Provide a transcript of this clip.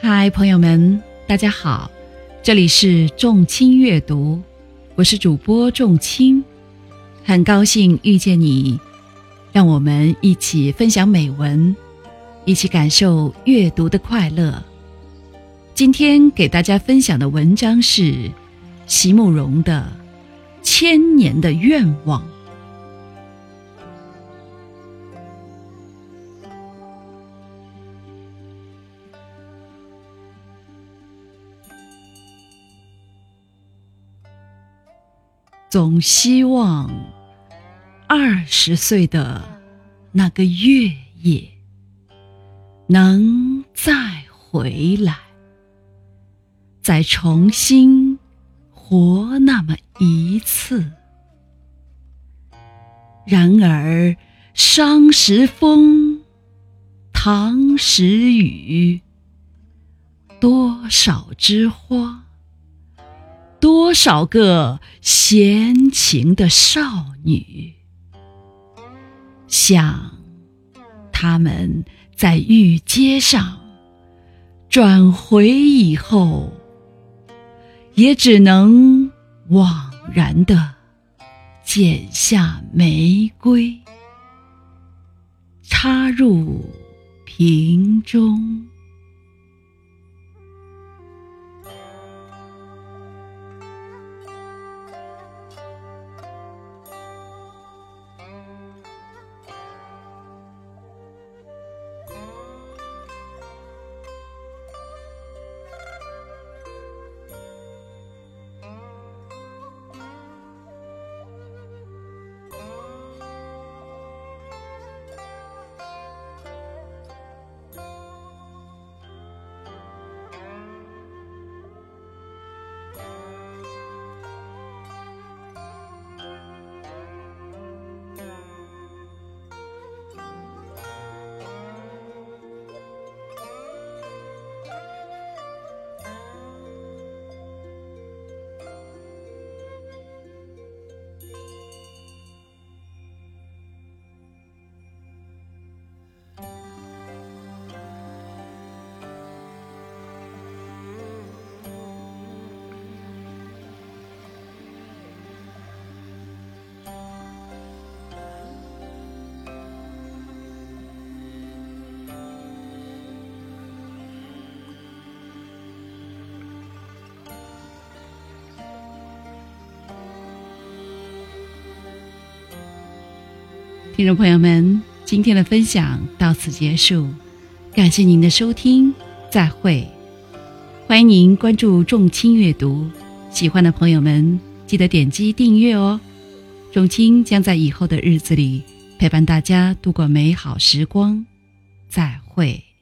嗨，朋友们，大家好，这里是众卿阅读，我是主播众卿，很高兴遇见你，让我们一起分享美文，一起感受阅读的快乐。今天给大家分享的文章是席慕容的《千年的愿望》。总希望20岁的那个月夜能再回来，再重新活那么一次。然而伤时风，唐时雨，多少枝花，多少个闲情的少女，想他们在玉阶上转回以后，也只能惘然地剪下玫瑰，插入瓶中。听众朋友们，今天的分享到此结束，感谢您的收听，再会。欢迎您关注众卿阅读，喜欢的朋友们记得点击订阅哦。众卿将在以后的日子里陪伴大家度过美好时光，再会。